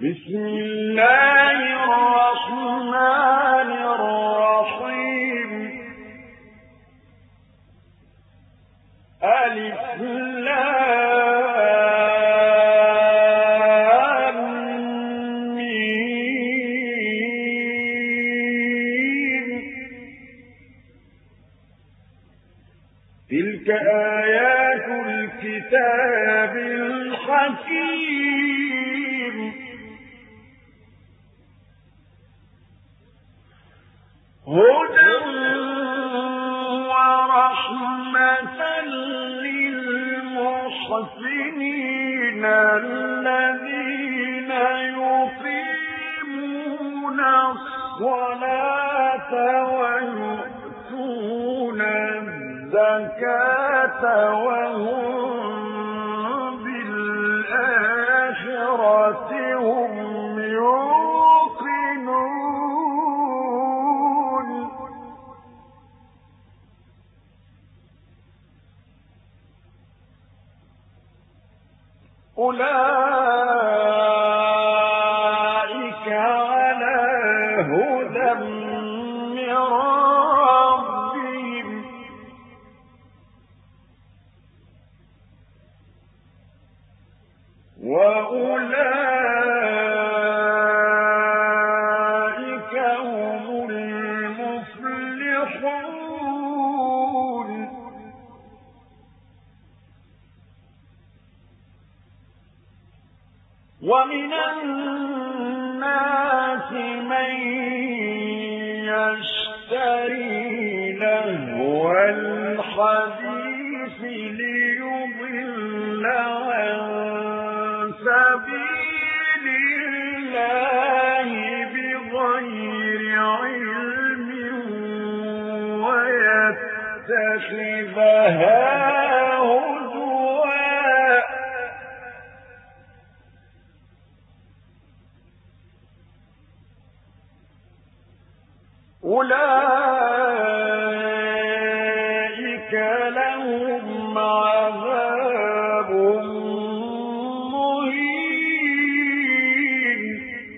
بسم الله الرحمن الرحيم. ألف لام ميم. تلك آيات الكتاب الحكيم. هدى ورحمة للمحسنين الذين يقيمون الصلاة ويؤتون الزكاة وهم بالآخرة هم يوقنون. أولئك على هدى من ربهم وأولئك هم المفلحون. ومن الناس من يشتري لهو الحديث ليضل عن سبيل الله بغير علم ويتخذها هزوا. أولئك لهم عذاب مهين.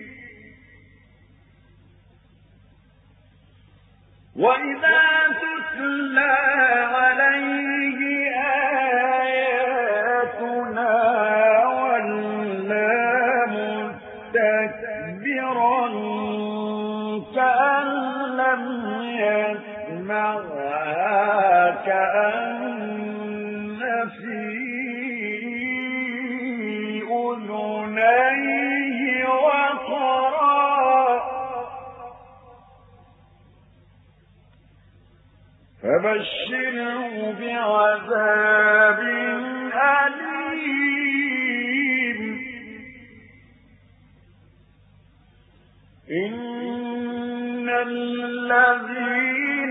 وإذا تتلى عليه آياتنا ولى مستكبرا كأن لم يسمعها كأن في أذنيه وقرا. فبشره بعذاب أليم. إن الذين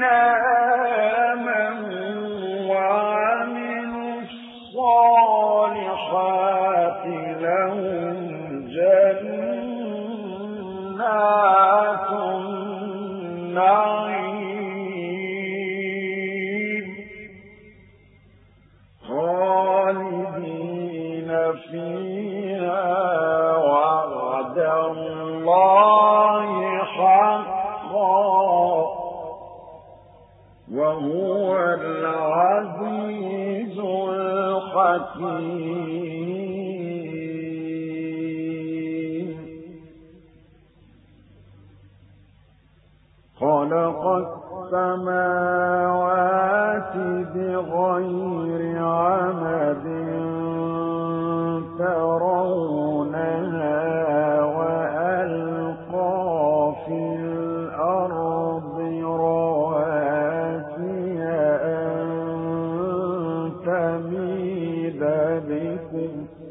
آمنوا وعملوا الصالحات لهم جنات النعيم خالدين فيها وعد الله حقا وهو العزيز الحكيم. خلق السماوات بغير عمد ترونها وألقى في الأرض رواسي أن تميد بكم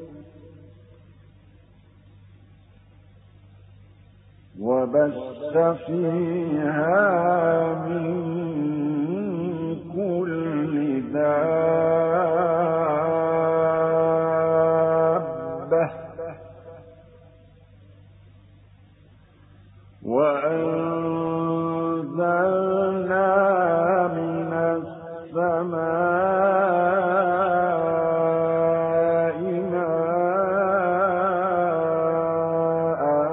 وبث فيها من كل دابة وأنزلنا من السماء ماء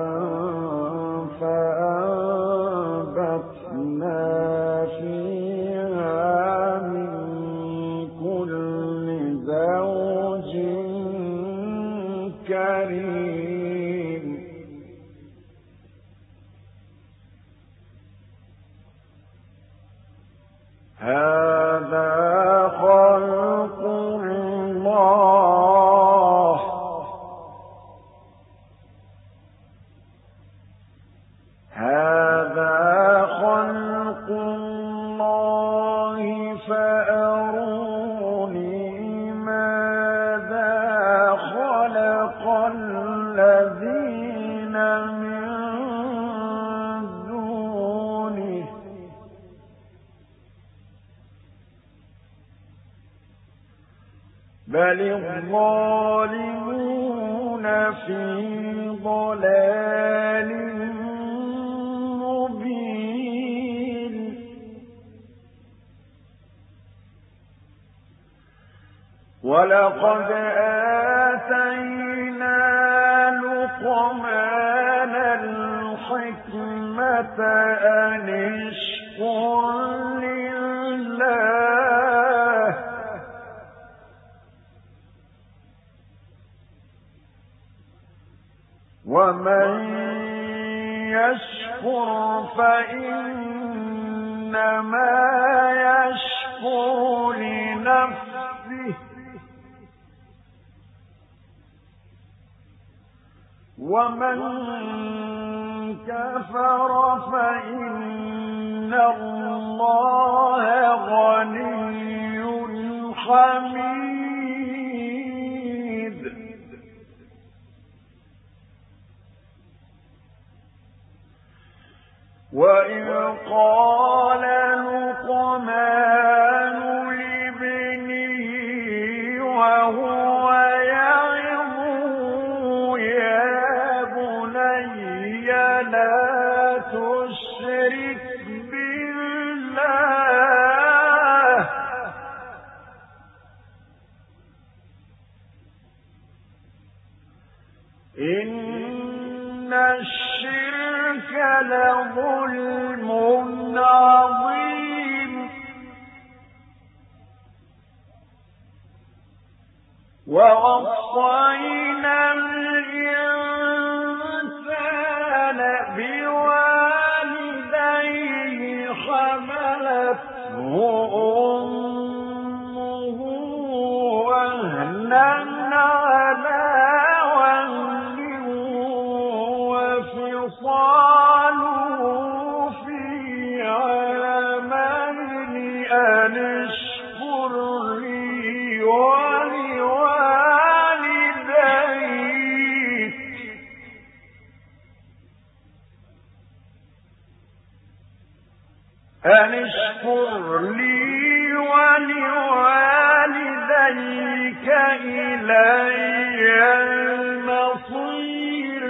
من دونه بل الظالمون في ضلال مبين ولقد آتينا لقمان الحكمة أن اشكر لله ومن يشكر فإنما يشكر لنفسه ومن كفر فإن الله غني حميد وإذ قال لقمان لابنه وهو يعظه يا بني لا تشرك بالله إن الشرك لظلم عظيم ووصينا الإنسان بوالديه حملته أمه وهنا على وهن وفصاله في عامين أن اشكر لي ولوالديك أن اشكر لي ولوالديك إلي المصير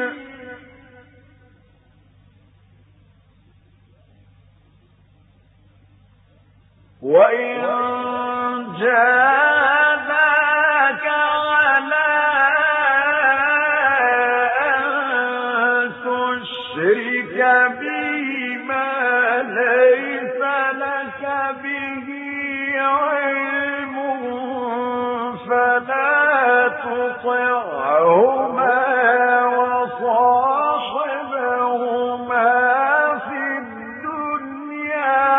وإن جاهداك على أن تشرك بي ما ليس لك به علم فلا تطعهما وصاحبهما في الدنيا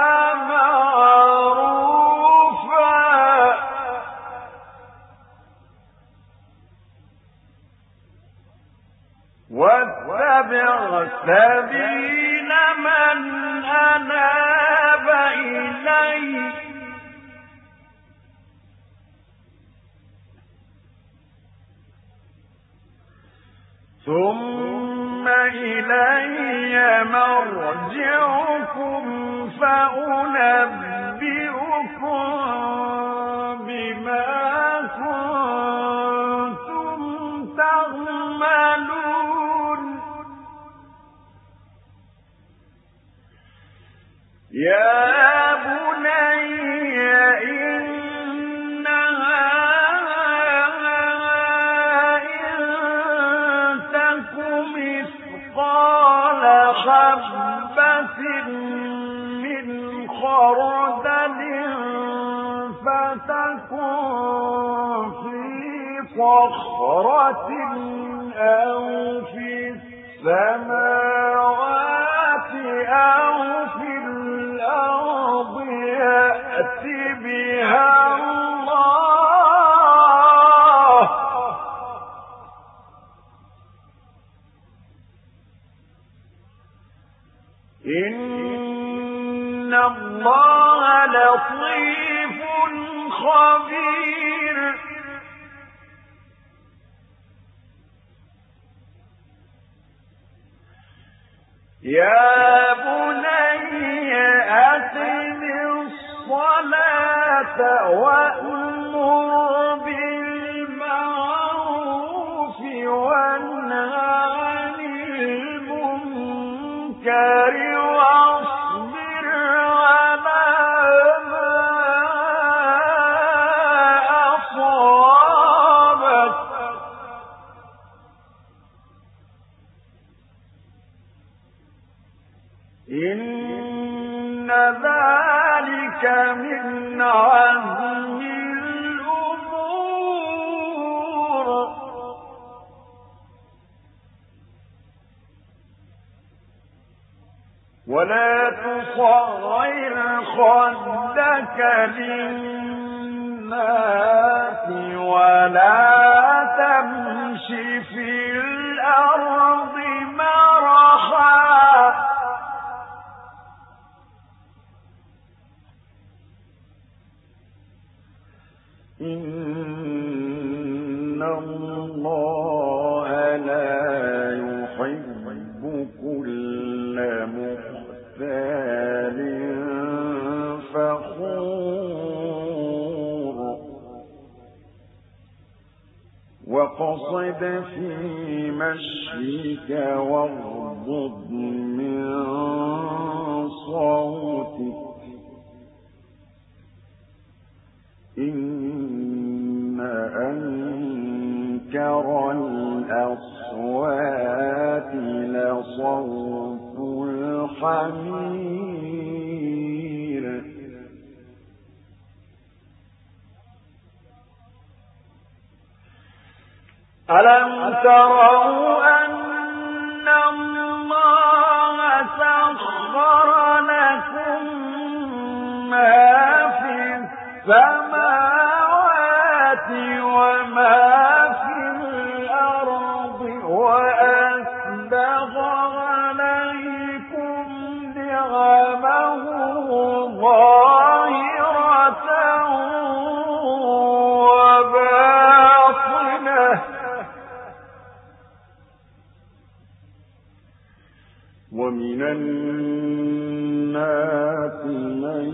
معروفا واتبع سبيل من أناب إلي ثم إلي مرجعكم فأنبئكم بما كنتم تعملون يا بني إنها إن تك مثقال حبة من خردل فتكن في صخرة أو في السماوات أو في الأرض يأت بها الله إن الله لطيف خبير يا بني أقم الصلاة وأمر بالمعروف وانه عن المنكر واصبر على ما أصابك إن ذلك من عزم الأمور ولا تصغر خدك للناس ولا تمش في الأرض مرحا إن الله لا يحب كل مختال فخور واقصد في مشيك واغضض من صوتك إن أنكر الأصوات لصوت الحمير ألم تروا أن الله سخر لكم ما في السماوات وما في الأرض وأسبغ عليكم نعمه ظاهرة وباطنة ومن الناس من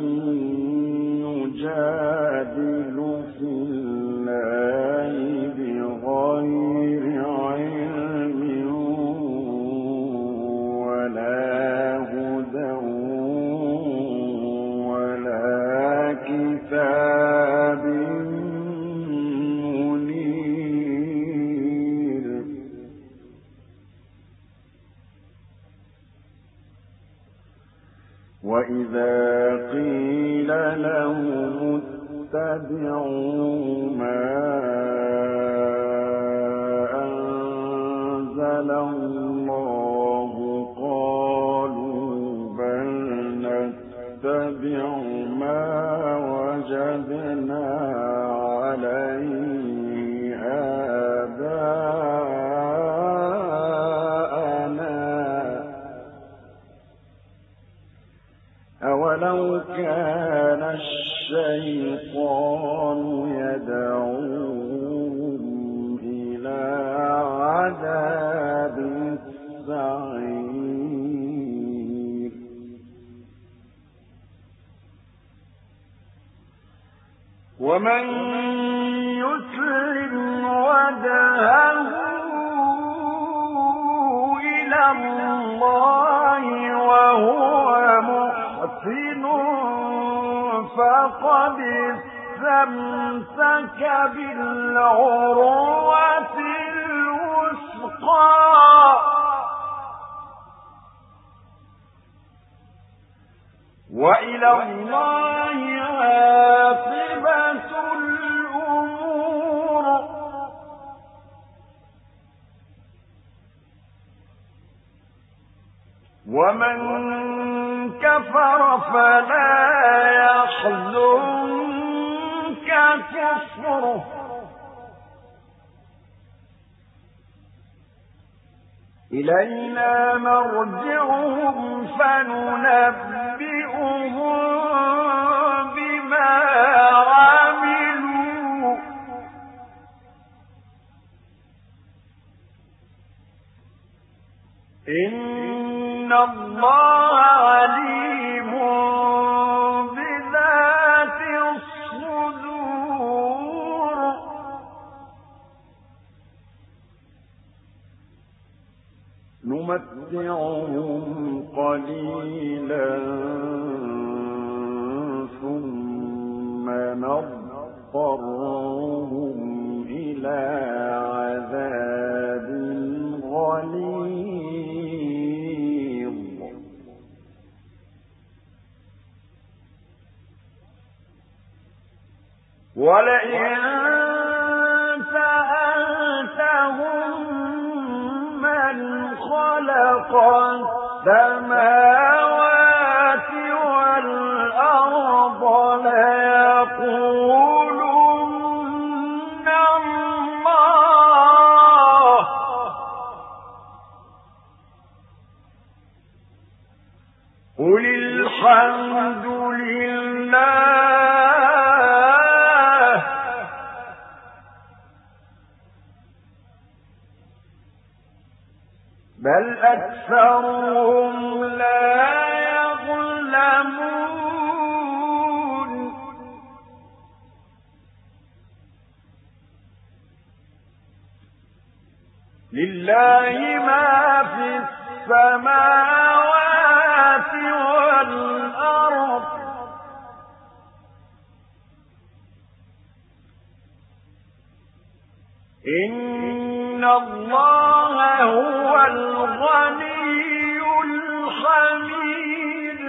يجادل في الله بغير علم ولا هدى ولا كتاب منير وإذا قيل لهم اتبعوا ما أنزل الله قالوا بل نتبع ما وجدنا عليه آباءنا أولو كان الشيطان يدعوهم إلى عذاب السعير ومن يسلم وجهه إلى الله وهو محسن فقد استمسك بالعروة الوثقى وإلى الله عاقبة الأمور ومن كفر فلا يحزنك كفره إلينا مرجعهم فننبئهم بما عملوا إن الله عليم بذات الصدور نمتعهم قليلا ثم نضطرهم إلى عذاب غليظ ولئن سألتهم من خلق السماوات والأرض ليقولن الله قل الحمد لله بل أكثرهم لا يظلمون لله ما في السماوات والأرض إن الله هو الغني الحميد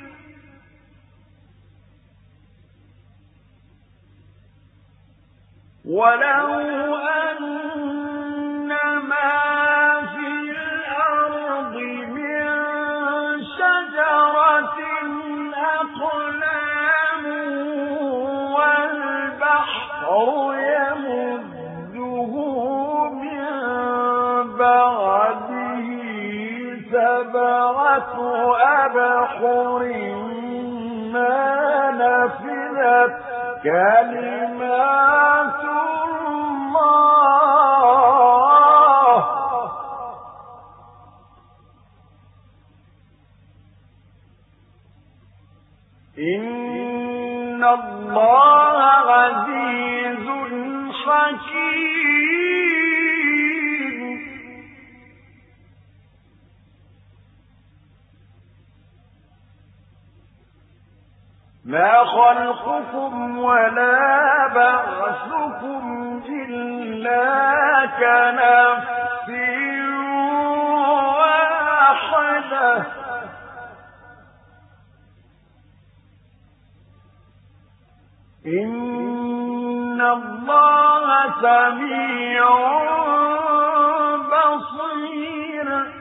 ولو أن ما في الأرض من شجرة أقلام والبحر يمده من بعده سبعة أبحر ما نفذت كلمات الله إن الله عزيز حكيم ما خلقكم ولا بعثكم إلا كنفس واحدة إن الله سميع بصير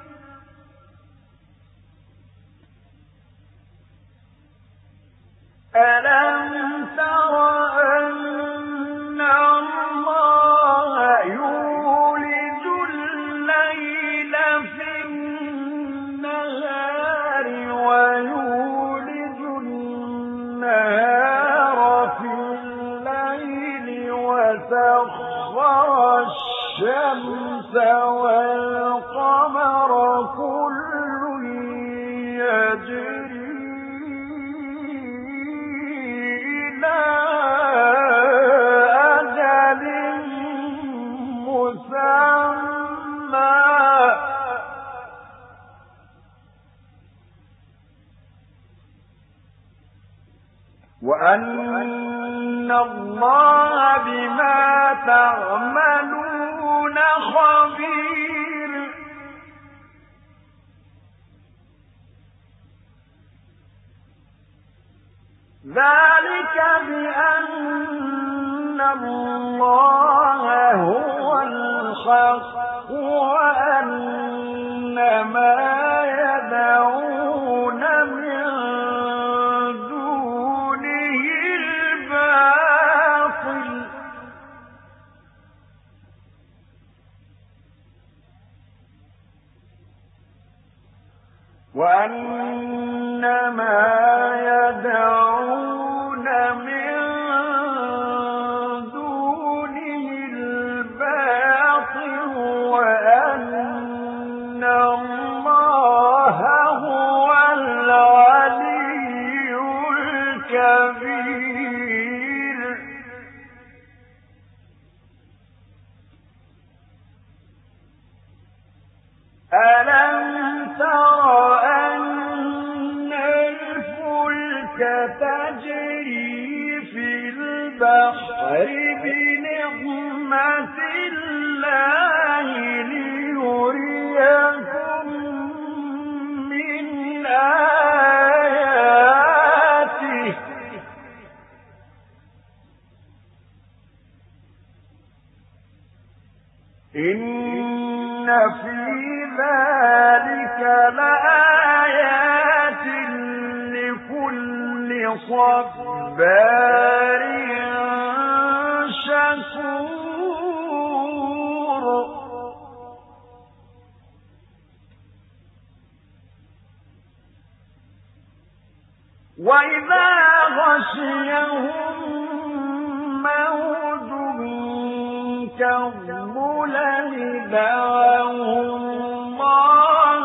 ألم تر أن الله يولج الليل في النهار ويولج النهار في الليل وسخر الشمس والقمر كل يجري أجل مسمى وأن الله بما تعملون خبير ذلك بأن الله هو الحق وأن ما يدعون من دونه الباطل وأن ما يدعون من دونه الباطل وأن الله صبار شكور وإذا غشيهم موج كالظلل دعوا الله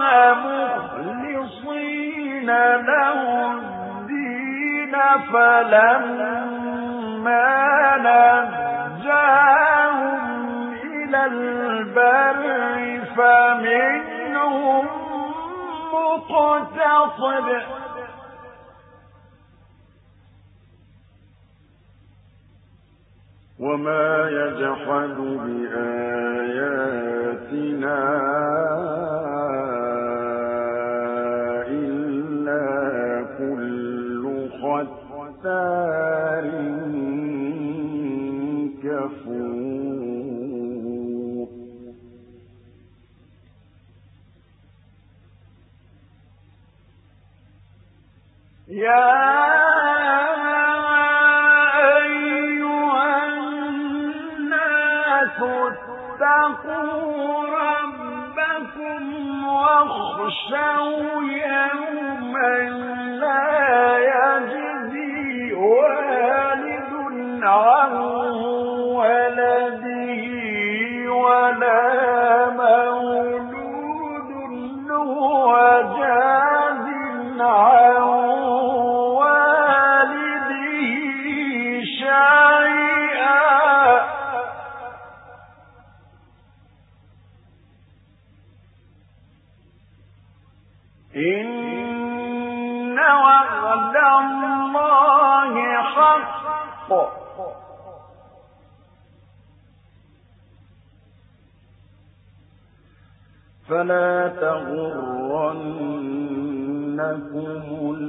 مخلصين له الدين فلما نجاهم إلى البر فمنهم مقتصد وما يجحد بآياتنا إلا كل ختار كفور يا اتقوا ربكم واخشوا يوما لا يجزي والد عن ولده ولا مولود هو جاز عن والده شيئا إن وعد الله حق فلا تغرنكم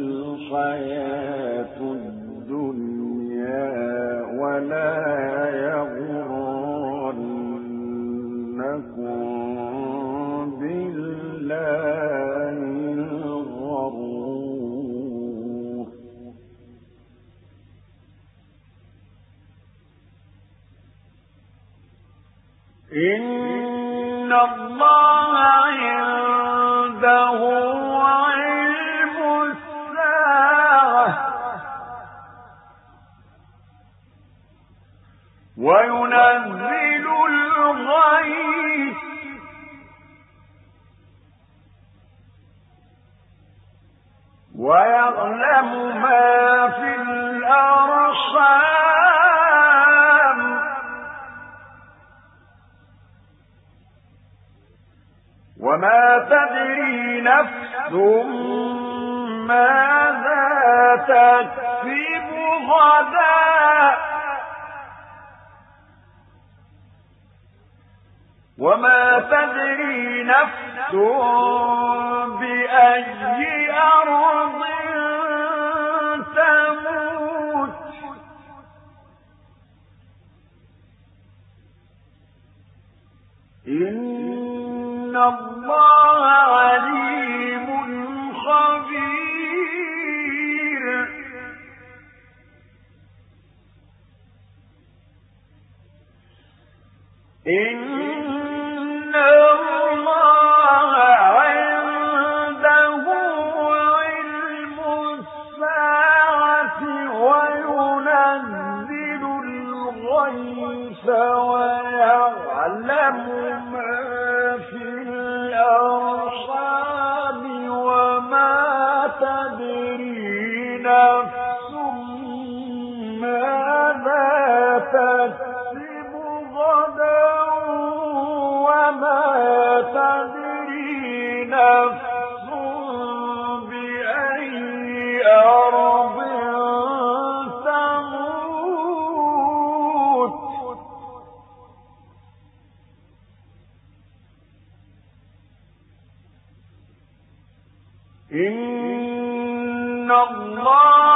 الحياة الدنيا ولا يغرنكم بالله الغرور إن الله عنده علم الساعة وينزل الغيث ويعلم ما في الأرحام وما تدري نفس ماذا تكسب غدا وما تدري نفس بأي أرض تموت إن الله عليم خبير إن الله عنده علم الساعة وينزل الغيث ويعلم ما في الأرحام وما تدري نفس ماذا تكسب غدا وما تدري نفس بأي أرض تموت إن الله